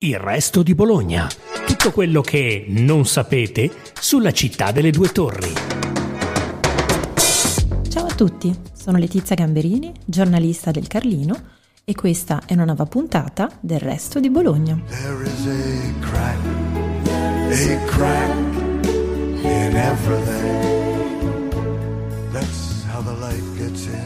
Il resto di Bologna. Tutto quello che non sapete sulla città delle due torri. Ciao a tutti, sono Letizia Gamberini, giornalista del Carlino, e questa è una nuova puntata del Resto di Bologna. There is a crack in everything. That's how the light gets in.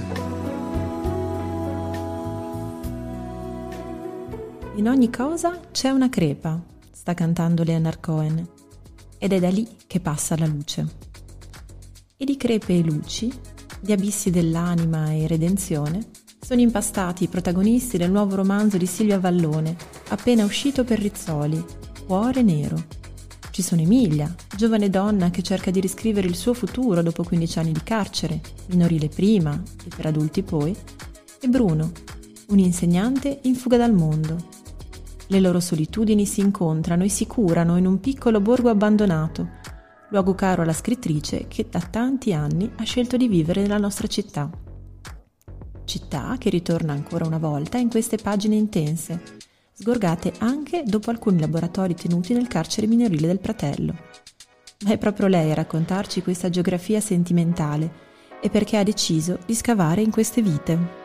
In ogni cosa c'è una crepa, sta cantando Leonard Cohen, ed è da lì che passa la luce. E di crepe e luci, di abissi dell'anima e redenzione, sono impastati i protagonisti del nuovo romanzo di Silvia Vallone, appena uscito per Rizzoli, Cuore Nero. Ci sono Emilia, giovane donna che cerca di riscrivere il suo futuro dopo 15 anni di carcere, minorile prima e per adulti poi, e Bruno, un insegnante in fuga dal mondo. Le loro solitudini si incontrano e si curano in un piccolo borgo abbandonato, luogo caro alla scrittrice che da tanti anni ha scelto di vivere nella nostra città. Città che ritorna ancora una volta in queste pagine intense, sgorgate anche dopo alcuni laboratori tenuti nel carcere minorile del Pratello. Ma è proprio lei a raccontarci questa geografia sentimentale e perché ha deciso di scavare in queste vite.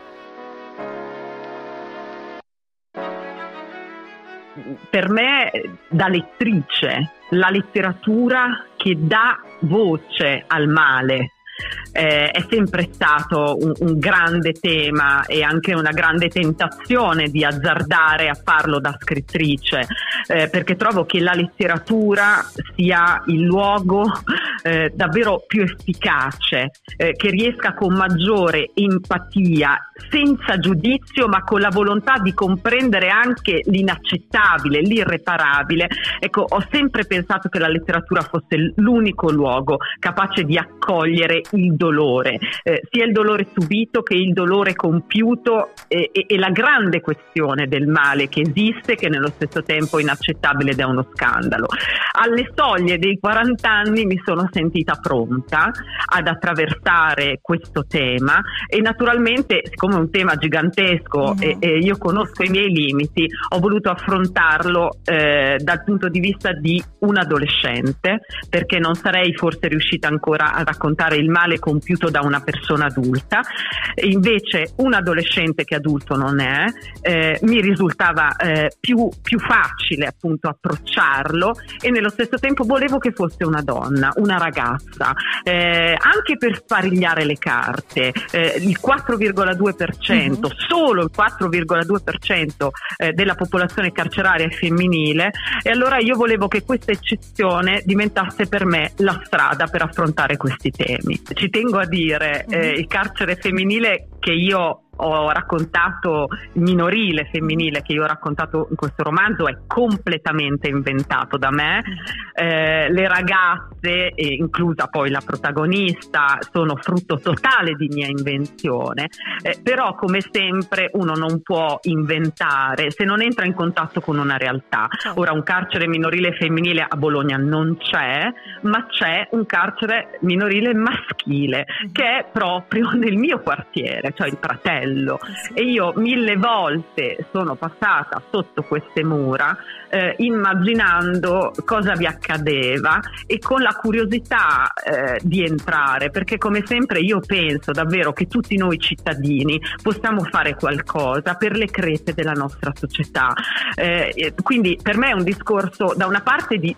Per me, da lettrice, la letteratura che dà voce al male è sempre stato un grande tema e anche una grande tentazione di azzardare a farlo da scrittrice, perché trovo che la letteratura sia il luogo davvero più efficace, che riesca con maggiore empatia, senza giudizio, ma con la volontà di comprendere anche l'inaccettabile, l'irreparabile. Ecco, ho sempre pensato che la letteratura fosse l'unico luogo capace di accogliere il dolore, sia il dolore subito che il dolore compiuto, e la grande questione del male che esiste, che nello stesso tempo è inaccettabile ed è uno scandalo. Alle soglie dei 40 anni mi sono sentita pronta ad attraversare questo tema e naturalmente, siccome è un tema gigantesco e io conosco i miei limiti, ho voluto affrontarlo dal punto di vista di un adolescente, perché non sarei forse riuscita ancora a raccontare il male compiuto da una persona adulta, e invece un adolescente che adulto non è, mi risultava più facile appunto approcciarlo, e nello stesso tempo volevo che fosse una donna, una ragazza, anche per sparigliare le carte. Il 4,2%, solo il 4,2% della popolazione carceraria è femminile, e allora io volevo che questa eccezione diventasse per me la strada per affrontare questi temi. Ci tengo a dire, il carcere femminile che io ho raccontato, minorile femminile che io ho raccontato in questo romanzo, è completamente inventato da me. Le ragazze, inclusa poi la protagonista, sono frutto totale di mia invenzione, però come sempre uno non può inventare se non entra in contatto con una realtà. Ora, un carcere minorile femminile a Bologna non c'è, ma c'è un carcere minorile maschile che è proprio nel mio quartiere, cioè il Pratello. E io 1000 volte sono passata sotto queste mura, immaginando cosa vi accadeva e con la curiosità di entrare, perché come sempre io penso davvero che tutti noi cittadini possiamo fare qualcosa per le crepe della nostra società. Quindi per me è un discorso da una parte di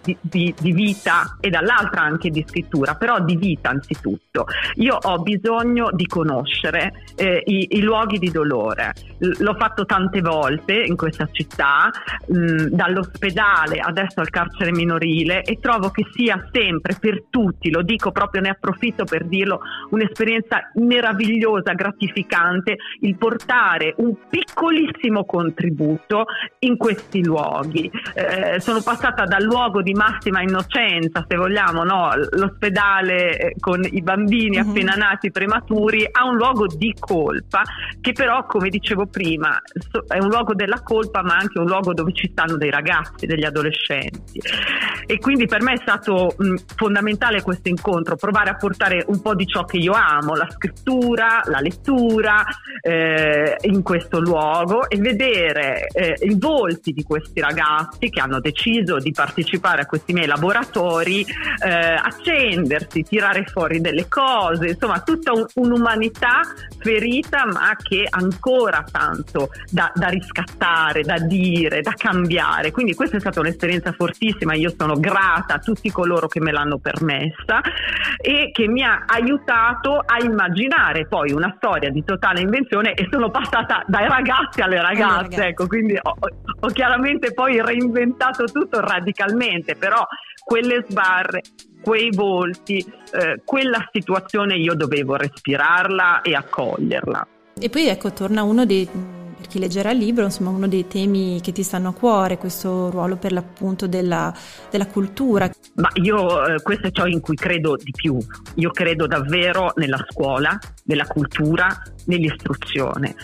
vita e dall'altra anche di scrittura, però di vita anzitutto. Io ho bisogno di conoscere i luoghi di dolore. L'ho fatto tante volte in questa città, dall'ospedale adesso al carcere minorile, e trovo che sia sempre per tutti, lo dico proprio, ne approfitto per dirlo, un'esperienza meravigliosa, gratificante, il portare un piccolissimo contributo in questi luoghi. Sono passata dal luogo di massima innocenza, se vogliamo, no? L'ospedale con i bambini appena nati prematuri, a un luogo di colpa, che però, come dicevo prima, è un luogo della colpa, ma anche un luogo dove ci stanno dei ragazzi, degli adolescenti. E quindi per me è stato fondamentale questo incontro, provare a portare un po' di ciò che io amo, la scrittura, la lettura, in questo luogo, e vedere i volti di questi ragazzi che hanno deciso di partecipare a questi miei laboratori, accendersi, tirare fuori delle cose, insomma tutta un'umanità ferita, ma che ancora tanto da riscattare, da dire, da cambiare. Quindi questa è stata un'esperienza fortissima, io sono grata a tutti coloro che me l'hanno permessa e che mi ha aiutato a immaginare poi una storia di totale invenzione, e sono passata dai ragazzi alle ragazze, ecco, quindi ho chiaramente poi reinventato tutto radicalmente, però quelle sbarre, quei volti, quella situazione io dovevo respirarla e accoglierla. E poi ecco, torna uno dei, per chi leggerà il libro, insomma, uno dei temi che ti stanno a cuore, questo ruolo per l'appunto della cultura. Ma io questo è ciò in cui credo di più. Io credo davvero nella scuola, nella cultura, nell'istruzione.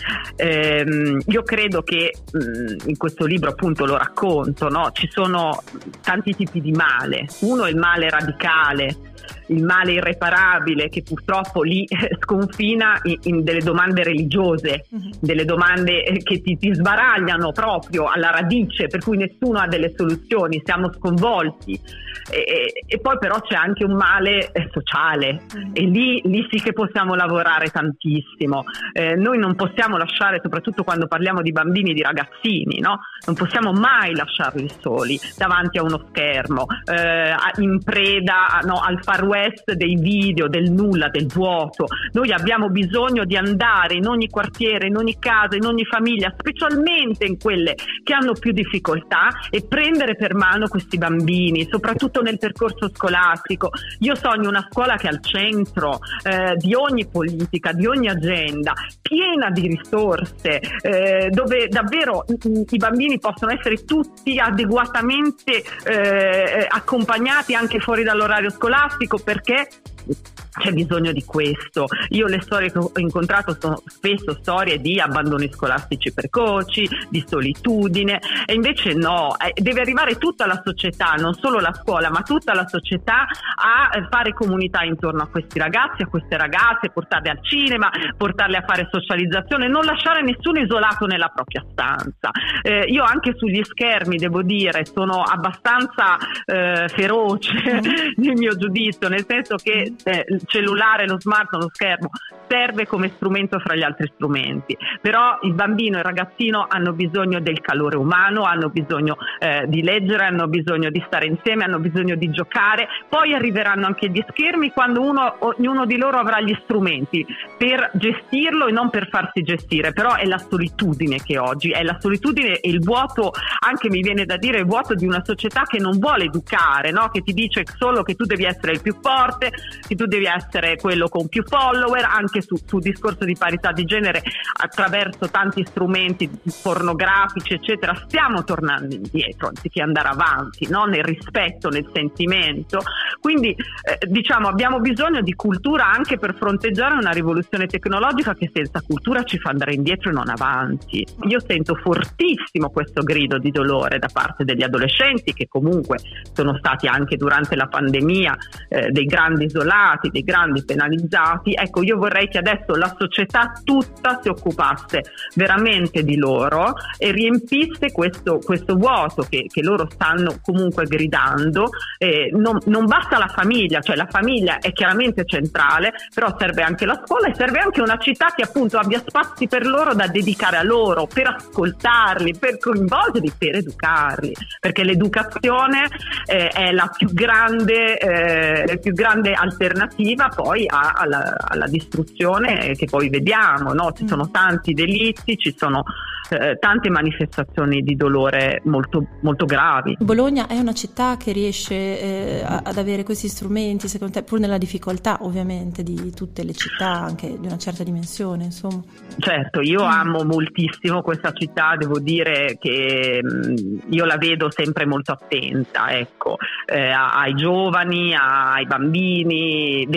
Io credo che in questo libro appunto lo racconto, no? Ci sono tanti tipi di male. Uno è il male radicale, il male irreparabile, che purtroppo lì sconfina in delle domande religiose, delle domande che ti sbaragliano proprio alla radice, per cui nessuno ha delle soluzioni, siamo sconvolti. E poi però c'è anche un male sociale, e lì sì che possiamo lavorare tantissimo. Noi non possiamo lasciare, soprattutto quando parliamo di bambini, di ragazzini, no? Non possiamo mai lasciarli soli davanti a uno schermo, in preda, no, al far west dei video, del nulla, del vuoto. Noi abbiamo bisogno di andare in ogni quartiere, in ogni casa, in ogni famiglia, specialmente in quelle che hanno più difficoltà, e prendere per mano questi bambini, soprattutto nel percorso scolastico. Io sogno una scuola che è al centro di ogni politica, di ogni agenda, piena di risorse, dove davvero i bambini possono essere tutti adeguatamente accompagnati anche fuori dall'orario scolastico, perché c'è bisogno di questo. Io le storie che ho incontrato sono spesso storie di abbandoni scolastici precoci, di solitudine, e invece no, deve arrivare tutta la società, non solo la scuola, ma tutta la società a fare comunità intorno a questi ragazzi, a queste ragazze, portarli al cinema, portarli a fare socializzazione, non lasciare nessuno isolato nella propria stanza. Io anche sugli schermi, devo dire, sono abbastanza feroce nel mio giudizio, nel senso che il cellulare, lo smartphone, lo schermo serve come strumento fra gli altri strumenti, però il bambino e il ragazzino hanno bisogno del calore umano, hanno bisogno di leggere, hanno bisogno di stare insieme, hanno bisogno di giocare. Poi arriveranno anche gli schermi quando ognuno di loro avrà gli strumenti per gestirlo e non per farsi gestire. Però è la solitudine che oggi è la solitudine e il vuoto, anche mi viene da dire il vuoto di una società che non vuole educare, no? Che ti dice solo che tu devi essere il più forte, che tu devi essere quello con più follower, anche su discorso di parità di genere attraverso tanti strumenti pornografici eccetera. Stiamo tornando indietro anziché andare avanti, no? Nel rispetto, nel sentimento. Quindi diciamo abbiamo bisogno di cultura anche per fronteggiare una rivoluzione tecnologica che senza cultura ci fa andare indietro e non avanti. Io sento fortissimo questo grido di dolore da parte degli adolescenti, che comunque sono stati anche durante la pandemia dei grandi isolati, dei grandi penalizzati. Ecco, io vorrei che adesso la società tutta si occupasse veramente di loro e riempisse questo vuoto che loro stanno comunque gridando. Non basta la famiglia, cioè la famiglia è chiaramente centrale, però serve anche la scuola e serve anche una città che appunto abbia spazi per loro da dedicare a loro, per ascoltarli, per coinvolgerli, per educarli, perché l'educazione è la più grande alternativa poi alla distruzione che poi vediamo, no? Ci sono tanti delitti, ci sono tante manifestazioni di dolore molto, molto gravi. Bologna è una città che riesce ad avere questi strumenti, secondo te, pur nella difficoltà ovviamente di tutte le città anche di una certa dimensione, insomma? Certo, io amo moltissimo questa città, devo dire che io la vedo sempre molto attenta, ecco, ai giovani, ai bambini,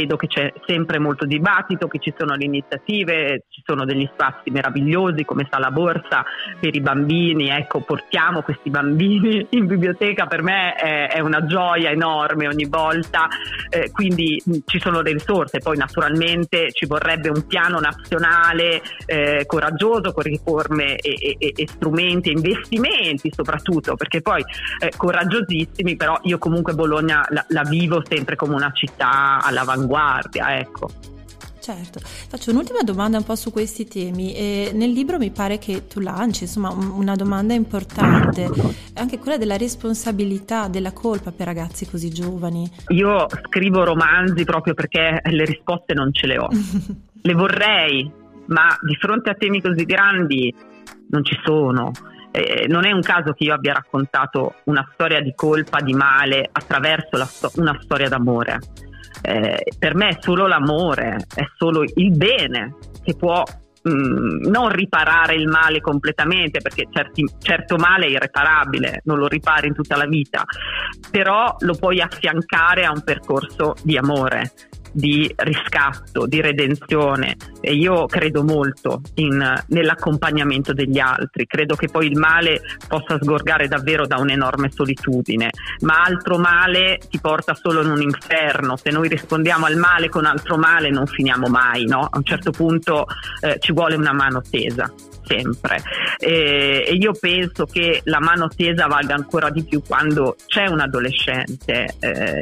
vedo che c'è sempre molto dibattito, che ci sono le iniziative, ci sono degli spazi meravigliosi come Sala Borsa per i bambini. Ecco, portiamo questi bambini in biblioteca, per me è una gioia enorme ogni volta, quindi ci sono delle risorse. Poi naturalmente ci vorrebbe un piano nazionale coraggioso, con riforme e strumenti e investimenti soprattutto, perché poi coraggiosissimi, però io comunque Bologna la vivo sempre come una città all'avanguardia, ecco. Certo, faccio un'ultima domanda un po' su questi temi. Nel libro mi pare che tu lanci insomma una domanda importante, anche quella della responsabilità, della colpa per ragazzi così giovani. Io scrivo romanzi proprio perché le risposte non ce le ho. Le vorrei, ma di fronte a temi così grandi non ci sono. Non è un caso che io abbia raccontato una storia di colpa, di male, attraverso una storia d'amore. Per me è solo l'amore, è solo il bene che può non riparare il male completamente, perché certo male è irreparabile, non lo ripari in tutta la vita, però lo puoi affiancare a un percorso di amore, di riscatto, di redenzione. E io credo molto nell'accompagnamento degli altri. Credo che poi il male possa sgorgare davvero da un'enorme solitudine, ma altro male ti porta solo in un inferno. Se noi rispondiamo al male con altro male non finiamo mai, no? A un certo punto ci vuole una mano tesa, sempre, e io penso che la mano tesa valga ancora di più quando c'è un adolescente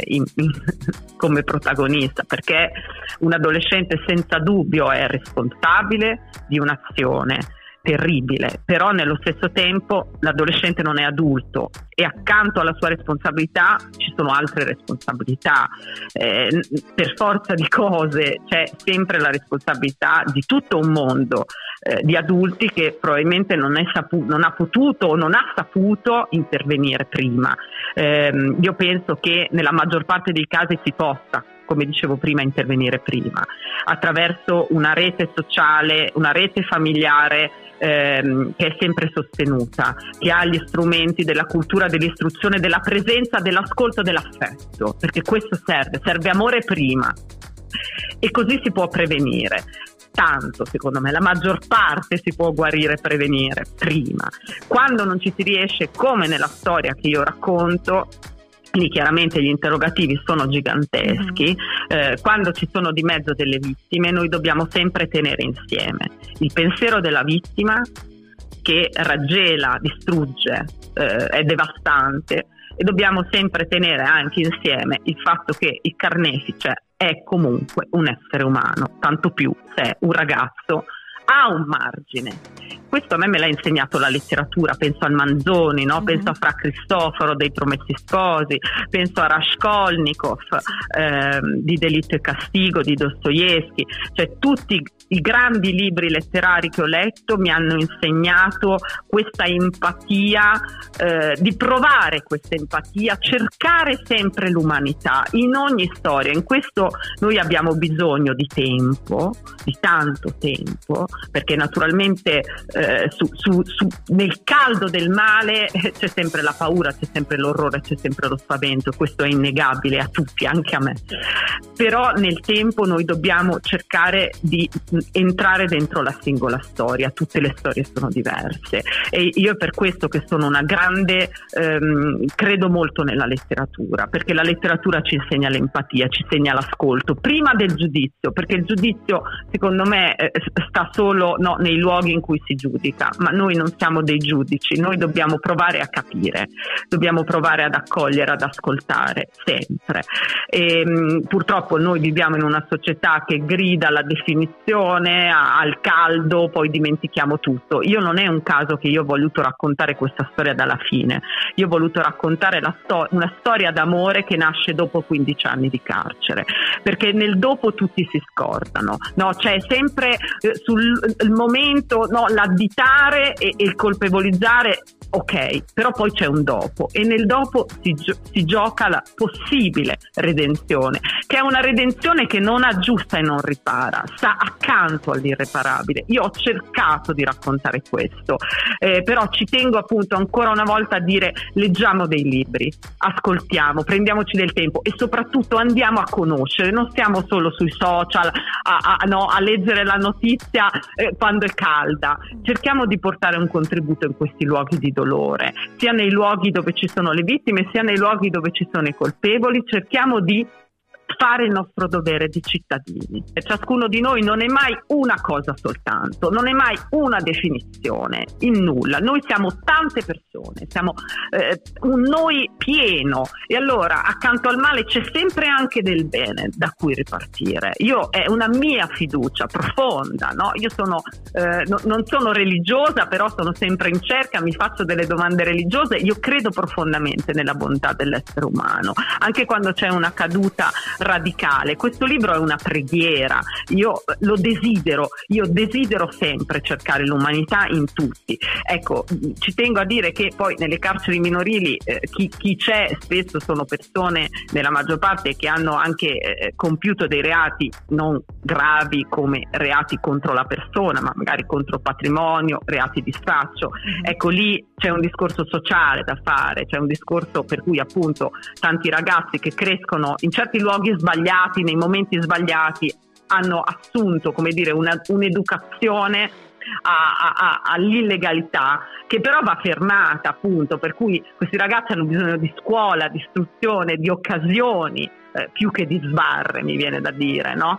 come protagonista, perché un adolescente senza dubbio è responsabile di un'azione terribile, però nello stesso tempo l'adolescente non è adulto e accanto alla sua responsabilità ci sono altre responsabilità. Per forza di cose c'è sempre la responsabilità di tutto un mondo di adulti che probabilmente non ha potuto o non ha saputo intervenire prima. Io penso che nella maggior parte dei casi si possa, come dicevo prima, intervenire prima, attraverso una rete sociale, una rete familiare che è sempre sostenuta, che ha gli strumenti della cultura, dell'istruzione, della presenza, dell'ascolto, dell'affetto, perché questo serve amore prima, e così si può prevenire. Tanto, secondo me, la maggior parte si può guarire e prevenire prima. Quando non ci si riesce, come nella storia che io racconto, lì chiaramente gli interrogativi sono giganteschi. Quando ci sono di mezzo delle vittime, noi dobbiamo sempre tenere insieme il pensiero della vittima, che raggela, distrugge, è devastante, e dobbiamo sempre tenere anche insieme il fatto che il carnefice è comunque un essere umano, tanto più se è un ragazzo, ha un margine. Questo a me l'ha insegnato la letteratura, penso al Manzoni, no? Penso a Fra Cristoforo dei Promessi Sposi, penso a Raskolnikov di Delitto e Castigo di Dostoevskij. Cioè tutti i grandi libri letterari che ho letto mi hanno insegnato questa empatia, di provare questa empatia, cercare sempre l'umanità in ogni storia. In questo noi abbiamo bisogno di tempo, di tanto tempo, perché naturalmente nel caldo del male c'è sempre la paura, c'è sempre l'orrore, c'è sempre lo spavento. Questo è innegabile a tutti, anche a me. Però nel tempo noi dobbiamo cercare di entrare dentro la singola storia. Tutte le storie sono diverse, e io è per questo che sono una grande credo molto nella letteratura, perché la letteratura ci insegna l'empatia, ci insegna l'ascolto prima del giudizio, perché il giudizio secondo me sta solo nei luoghi in cui si giudica, ma noi non siamo dei giudici, noi dobbiamo provare a capire, dobbiamo provare ad accogliere, ad ascoltare sempre. E purtroppo noi viviamo in una società che grida alla definizione, al caldo, poi dimentichiamo tutto. Io non è un caso che io ho voluto raccontare questa storia dalla fine, io ho voluto raccontare una storia d'amore che nasce dopo 15 anni di carcere, perché nel dopo tutti si scordano, no? C'è sempre sul momento, no, l'additare e il colpevolizzare ok, però poi c'è un dopo, e nel dopo si gioca la possibile redenzione, che è una redenzione che non aggiusta e non ripara, sta accanto all'irreparabile. Io ho cercato di raccontare questo, però ci tengo appunto ancora una volta a dire: leggiamo dei libri, ascoltiamo, prendiamoci del tempo e soprattutto andiamo a conoscere, non stiamo solo sui social a leggere la notizia quando è calda, cerchiamo di portare un contributo in questi luoghi di dolore, sia nei luoghi dove ci sono le vittime sia nei luoghi dove ci sono i colpevoli. Cerchiamo di fare il nostro dovere di cittadini, e ciascuno di noi non è mai una cosa soltanto, non è mai una definizione in nulla. Noi siamo tante persone, siamo un noi pieno, e allora accanto al male c'è sempre anche del bene da cui ripartire. È una mia fiducia profonda, no? Io non sono religiosa, però sono sempre in cerca, mi faccio delle domande religiose. Io credo profondamente nella bontà dell'essere umano, anche quando c'è una caduta radicale. Questo libro è una preghiera, io lo desidero sempre cercare l'umanità in tutti. Ecco, ci tengo a dire che poi nelle carceri minorili chi c'è spesso sono persone, nella maggior parte, che hanno anche compiuto dei reati non gravi come reati contro la persona, ma magari contro il patrimonio, reati di sfratto. Ecco, lì c'è un discorso sociale da fare, c'è un discorso per cui appunto tanti ragazzi che crescono in certi luoghi sbagliati, nei momenti sbagliati, hanno assunto, come dire, un'educazione all'illegalità, che però va fermata, appunto, per cui questi ragazzi hanno bisogno di scuola, di istruzione, di occasioni, più che di sbarre, mi viene da dire, no?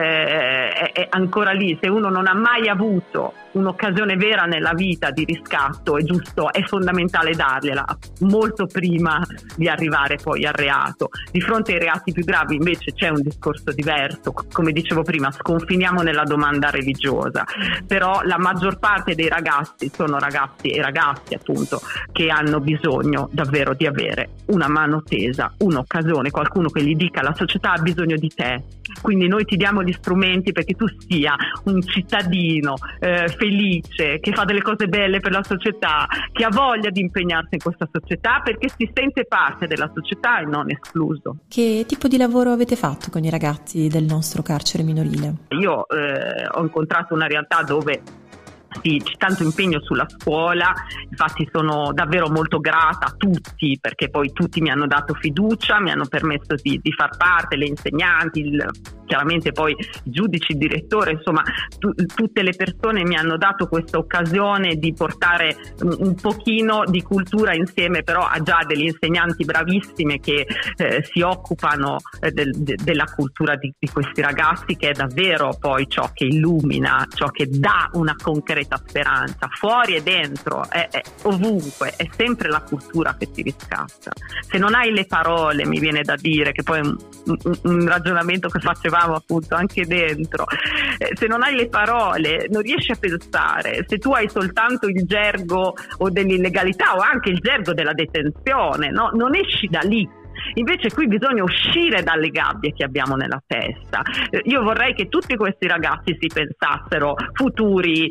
È ancora lì, se uno non ha mai avuto un'occasione vera nella vita di riscatto, è fondamentale dargliela molto prima di arrivare poi al reato. Di fronte ai reati più gravi invece c'è un discorso diverso, come dicevo prima, sconfiniamo nella domanda religiosa, però la maggior parte dei ragazzi sono ragazzi e ragazze, appunto, che hanno bisogno davvero di avere una mano tesa, un'occasione, qualcuno che gli dica: la società ha bisogno di te, quindi noi ti diamo gli strumenti perché tu sia un cittadino felice, che fa delle cose belle per la società, che ha voglia di impegnarsi in questa società perché si sente parte della società e non escluso. Che tipo di lavoro avete fatto con i ragazzi del nostro carcere minorile? Io ho incontrato una realtà dove sì, c'è tanto impegno sulla scuola, infatti sono davvero molto grata a tutti, perché poi tutti mi hanno dato fiducia, mi hanno permesso di far parte, le insegnanti, chiaramente poi i giudici, il direttore, insomma tutte le persone mi hanno dato questa occasione di portare un pochino di cultura insieme però a già degli insegnanti bravissime che si occupano della cultura di questi ragazzi, che è davvero poi ciò che illumina, ciò che dà una concreta speranza, fuori e dentro, è ovunque, è sempre la cultura che ti riscatta. Se non hai le parole, mi viene da dire, che poi è un ragionamento che facevamo appunto anche dentro, se non hai le parole non riesci a pensare. Se tu hai soltanto il gergo o dell'illegalità o anche il gergo della detenzione, no? Non esci da lì. Invece qui bisogna uscire dalle gabbie che abbiamo nella testa. Io vorrei che tutti questi ragazzi si pensassero futuri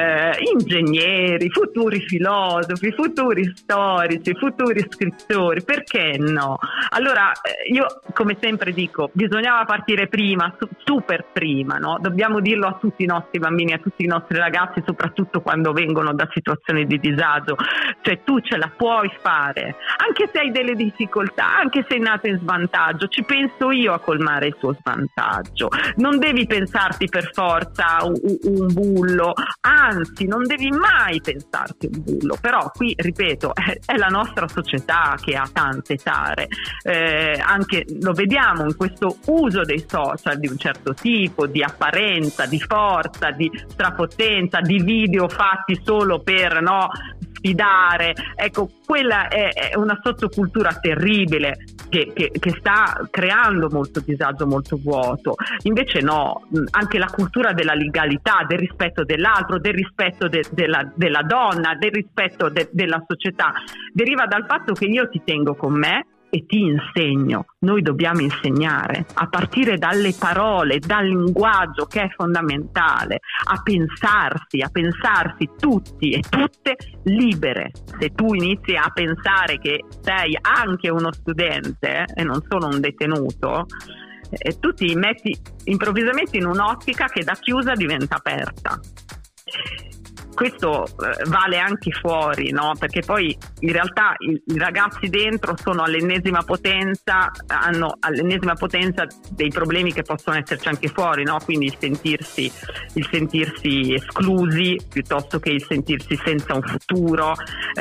ingegneri, futuri filosofi, futuri storici, futuri scrittori, perché no? Allora io come sempre dico, bisognava partire prima, super prima, no? Dobbiamo dirlo a tutti i nostri bambini, a tutti i nostri ragazzi, soprattutto quando vengono da situazioni di disagio, cioè tu ce la puoi fare, anche se hai delle difficoltà, anche se sei nato in svantaggio, ci penso io a colmare il tuo svantaggio. Non devi pensarti per forza un bullo, anzi non devi mai pensarti un bullo, però qui ripeto è la nostra società che ha tante tare, anche lo vediamo in questo uso dei social di un certo tipo, di apparenza, di forza, di strapotenza, di video fatti solo per sfidare. Ecco, quella è una sottocultura terribile che sta creando molto disagio, molto vuoto. Invece no, anche la cultura della legalità, del rispetto dell'altro, del rispetto della donna, del rispetto della società deriva dal fatto che io ti tengo con me, e ti insegno. Noi dobbiamo insegnare a partire dalle parole, dal linguaggio, che è fondamentale, a pensarsi tutti e tutte libere. Se tu inizi a pensare che sei anche uno studente e non solo un detenuto, tu ti metti improvvisamente in un'ottica che da chiusa diventa aperta. Questo vale anche fuori, no? Perché poi in realtà i ragazzi dentro sono all'ennesima potenza, hanno all'ennesima potenza dei problemi che possono esserci anche fuori, no? Quindi il sentirsi esclusi piuttosto che il sentirsi senza un futuro.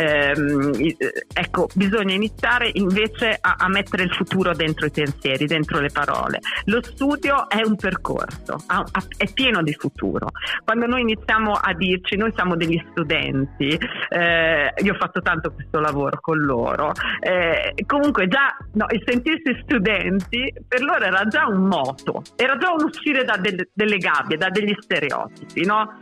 Ecco, bisogna iniziare invece a mettere il futuro dentro i pensieri, dentro le parole. Lo studio è un percorso, è pieno di futuro. Quando noi iniziamo a dirci, noi siamo degli studenti, io ho fatto tanto questo lavoro con loro, comunque già il sentirsi studenti per loro era già un moto, era già un uscire da delle gabbie, da degli stereotipi, no?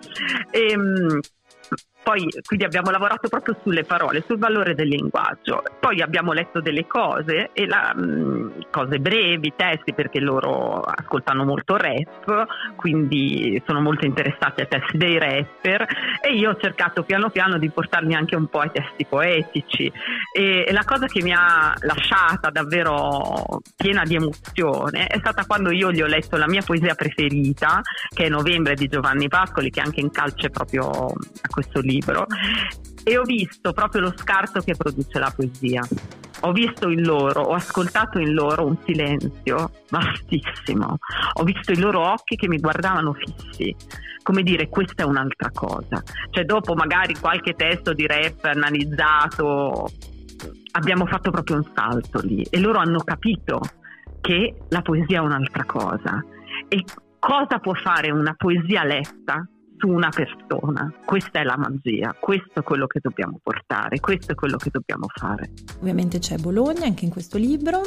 Poi quindi abbiamo lavorato proprio sulle parole, sul valore del linguaggio. Poi abbiamo letto delle cose, e cose brevi, testi, perché loro ascoltano molto rap, quindi sono molto interessati ai testi dei rapper, e io ho cercato piano piano di portarmi anche un po' ai testi poetici. E la cosa che mi ha lasciata davvero piena di emozione è stata quando io gli ho letto la mia poesia preferita, che è Novembre di Giovanni Pascoli, che anche incalce proprio a questo libro, e ho visto proprio lo scarto che produce la poesia. Ho visto in loro, ho ascoltato in loro un silenzio vastissimo, ho visto i loro occhi che mi guardavano fissi, come dire, questa è un'altra cosa. Cioè, dopo magari qualche testo di rap analizzato, abbiamo fatto proprio un salto lì, e loro hanno capito che la poesia è un'altra cosa, e cosa può fare una poesia letta su una persona. Questa è la magia, questo è quello che dobbiamo portare, questo è quello che dobbiamo fare. Ovviamente c'è Bologna anche in questo libro,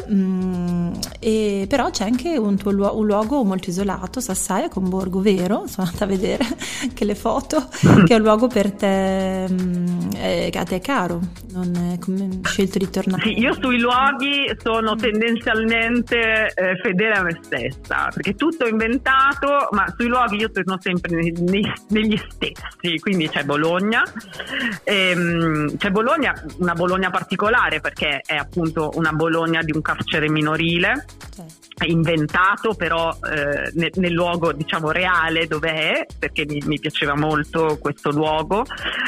e però c'è anche un luogo molto isolato, Sassaia, con Borgo Vero. Sono andata a vedere che le foto, che è un luogo per te, a te è caro, non è come hai scelto di tornare. Sì, io sui luoghi sono tendenzialmente fedele a me stessa, perché tutto è inventato, ma sui luoghi io torno sempre negli stessi. Quindi c'è Bologna, c'è Bologna, una Bologna particolare, perché è appunto una Bologna di un carcere minorile, inventato però nel luogo, diciamo, reale dove è, perché mi piaceva molto questo luogo,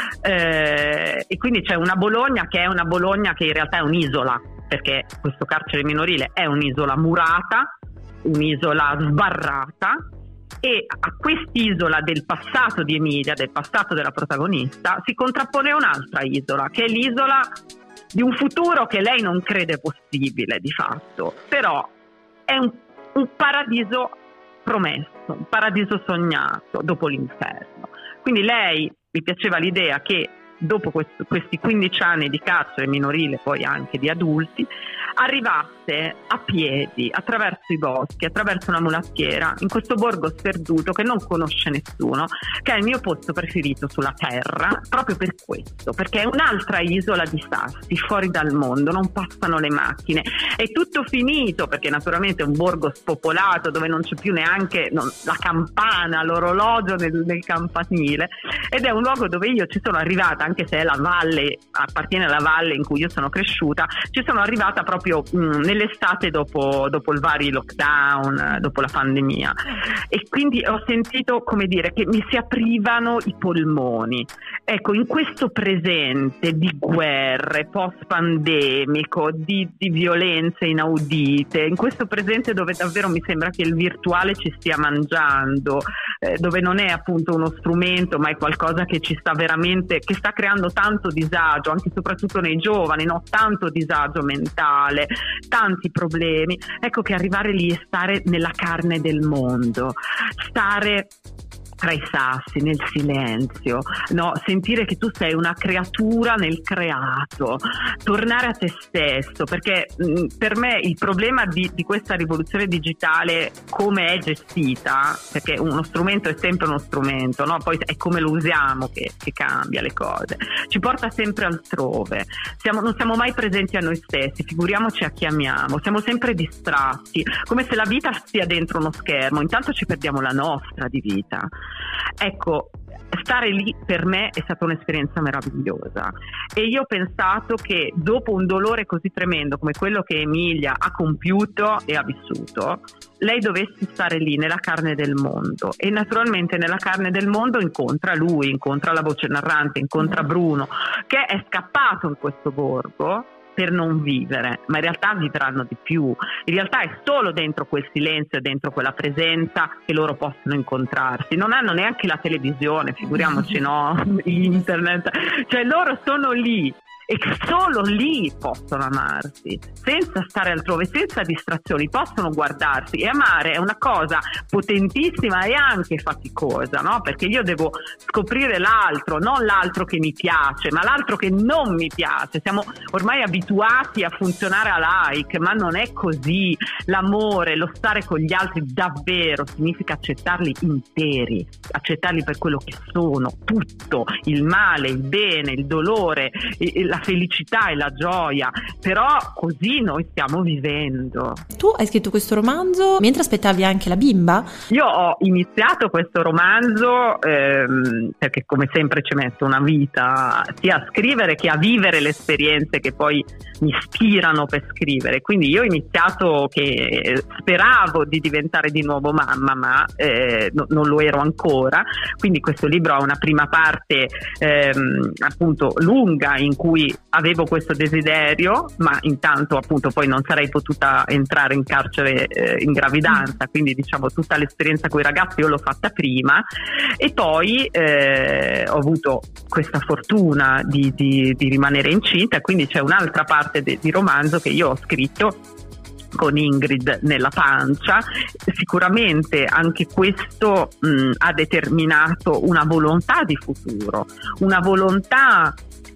e quindi c'è una Bologna che è una Bologna che in realtà è un'isola, perché questo carcere minorile è un'isola murata, un'isola sbarrata, e a quest'isola del passato di Emilia, del passato della protagonista, si contrappone un'altra isola, che è l'isola di un futuro che lei non crede possibile di fatto, però è un paradiso promesso, un paradiso sognato dopo l'inferno. Quindi lei, mi piaceva l'idea che dopo questi 15 anni di carcere minorile, poi anche di adulti, arrivasse a piedi attraverso i boschi, attraverso una mulattiera, in questo borgo sperduto che non conosce nessuno, che è il mio posto preferito sulla terra, proprio per questo, perché è un'altra isola di sassi, fuori dal mondo, non passano le macchine, è tutto finito, perché naturalmente è un borgo spopolato dove non c'è più neanche la campana, l'orologio nel campanile, ed è un luogo dove io ci sono arrivata, anche se è la valle, appartiene alla valle in cui io sono cresciuta, ci sono arrivata proprio nell'estate dopo il vari lockdown, dopo la pandemia, e quindi ho sentito, come dire, che mi si aprivano i polmoni. Ecco, in questo presente di guerre, post-pandemico, di violenze inaudite, in questo presente dove davvero mi sembra che il virtuale ci stia mangiando, dove non è appunto uno strumento, ma è qualcosa che ci sta veramente, che sta creando tanto disagio, anche e soprattutto nei giovani, no? Tanto disagio mentale, tanti problemi. Ecco che arrivare lì e stare nella carne del mondo, stare tra i sassi, nel silenzio, no? Sentire che tu sei una creatura nel creato, tornare a te stesso, perché per me il problema di questa rivoluzione digitale, come è gestita, perché uno strumento è sempre uno strumento, no? Poi è come lo usiamo che cambia le cose, ci porta sempre altrove, non siamo mai presenti a noi stessi, figuriamoci a chi amiamo, siamo sempre distratti, come se la vita sia dentro uno schermo, intanto ci perdiamo la nostra di vita. Ecco, stare lì per me è stata un'esperienza meravigliosa e io ho pensato che dopo un dolore così tremendo come quello che Emilia ha compiuto e ha vissuto, lei dovesse stare lì nella carne del mondo, e naturalmente nella carne del mondo incontra lui, incontra la voce narrante, incontra Bruno, che è scappato in questo borgo per non vivere, ma in realtà vivranno di più. In realtà è solo dentro quel silenzio e dentro quella presenza che loro possono incontrarsi. Non hanno neanche la televisione, figuriamoci, no? Internet. Cioè loro sono lì e solo lì possono amarsi, senza stare altrove, senza distrazioni, possono guardarsi. E amare è una cosa potentissima e anche faticosa, no? Perché io devo scoprire l'altro, non l'altro che mi piace, ma l'altro che non mi piace. Siamo ormai abituati a funzionare a like, ma non è così. L'amore, lo stare con gli altri davvero significa accettarli interi, accettarli per quello che sono, tutto, il male, il bene, il dolore, la felicità e la gioia, però così noi stiamo vivendo. Tu hai scritto questo romanzo mentre aspettavi anche la bimba? Io ho iniziato questo romanzo perché come sempre ci metto una vita sia a scrivere che a vivere le esperienze che poi mi ispirano per scrivere, quindi io ho iniziato che speravo di diventare di nuovo mamma, ma non lo ero ancora, quindi questo libro ha una prima parte appunto lunga in cui avevo questo desiderio, ma intanto appunto poi non sarei potuta entrare in carcere in gravidanza, quindi diciamo tutta l'esperienza con i ragazzi io l'ho fatta prima, e poi ho avuto questa fortuna di rimanere incinta, quindi c'è un'altra parte di romanzo che io ho scritto con Ingrid nella pancia. Sicuramente anche questo ha determinato una volontà di futuro, una volontà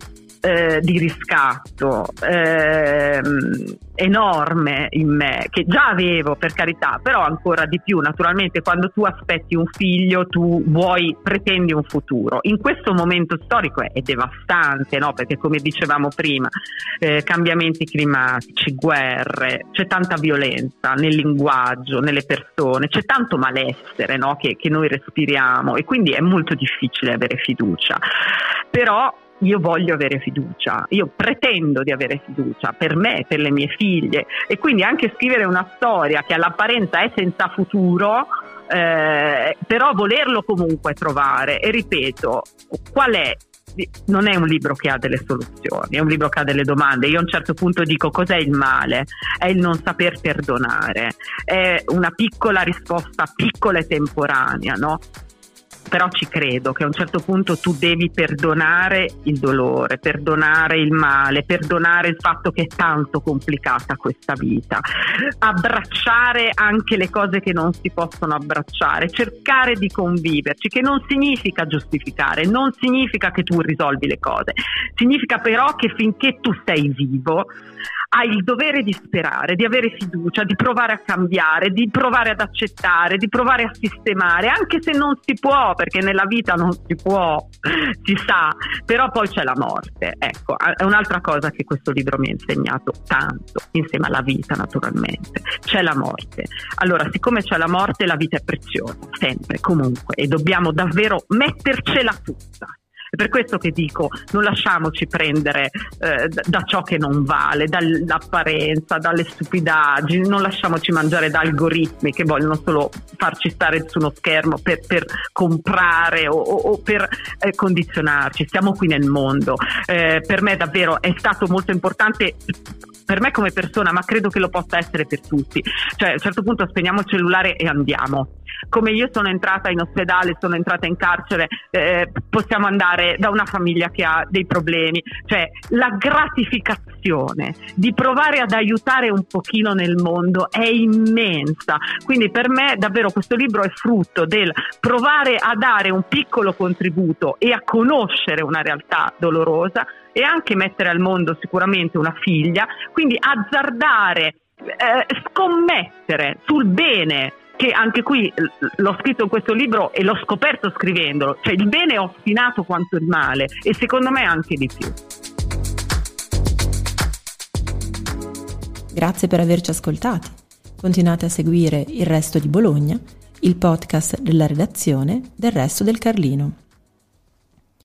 di riscatto enorme in me, che già avevo, per carità, però ancora di più naturalmente quando tu aspetti un figlio tu pretendi un futuro. In questo momento storico è devastante, no? Perché come dicevamo prima, cambiamenti climatici, guerre, c'è tanta violenza nel linguaggio, nelle persone, c'è tanto malessere, no? che noi respiriamo, e quindi è molto difficile avere fiducia. Però io voglio avere fiducia, io pretendo di avere fiducia per me, per le mie figlie, e quindi anche scrivere una storia che all'apparenza è senza futuro, però volerlo comunque trovare. E ripeto, qual è? Non è un libro che ha delle soluzioni, è un libro che ha delle domande. Io a un certo punto dico: cos'è il male? È il non saper perdonare, è una piccola risposta, piccola e temporanea, no? Però ci credo che a un certo punto tu devi perdonare il dolore, perdonare il male, perdonare il fatto che è tanto complicata questa vita, abbracciare anche le cose che non si possono abbracciare, cercare di conviverci, che non significa giustificare, non significa che tu risolvi le cose, significa però che finché tu sei vivo hai il dovere di sperare, di avere fiducia, di provare a cambiare, di provare ad accettare, di provare a sistemare, anche se non si può, perché nella vita non si può, si sa, però poi c'è la morte. Ecco, è un'altra cosa che questo libro mi ha insegnato tanto, insieme alla vita naturalmente, c'è la morte. Allora, siccome c'è la morte, la vita è preziosa, sempre, comunque, e dobbiamo davvero mettercela tutta. È per questo che dico: non lasciamoci prendere da ciò che non vale, dall'apparenza, dalle stupidaggini, non lasciamoci mangiare da algoritmi che vogliono solo farci stare su uno schermo per comprare o per condizionarci. Siamo qui nel mondo. Per me davvero è stato molto importante, per me come persona, ma credo che lo possa essere per tutti. Cioè, a un certo punto spegniamo il cellulare e andiamo. come io sono entrata in ospedale, sono entrata in carcere, possiamo andare da una famiglia che ha dei problemi, cioè la gratificazione di provare ad aiutare un pochino nel mondo è immensa. Quindi per me davvero questo libro è frutto del provare a dare un piccolo contributo e a conoscere una realtà dolorosa e anche mettere al mondo sicuramente una figlia, quindi azzardare, scommettere sul bene, che anche qui l'ho scritto in questo libro e l'ho scoperto scrivendolo, cioè il bene è ostinato quanto il male e secondo me anche di più. Grazie per averci ascoltati. Continuate a seguire Il Resto di Bologna, il podcast della redazione del Resto del Carlino.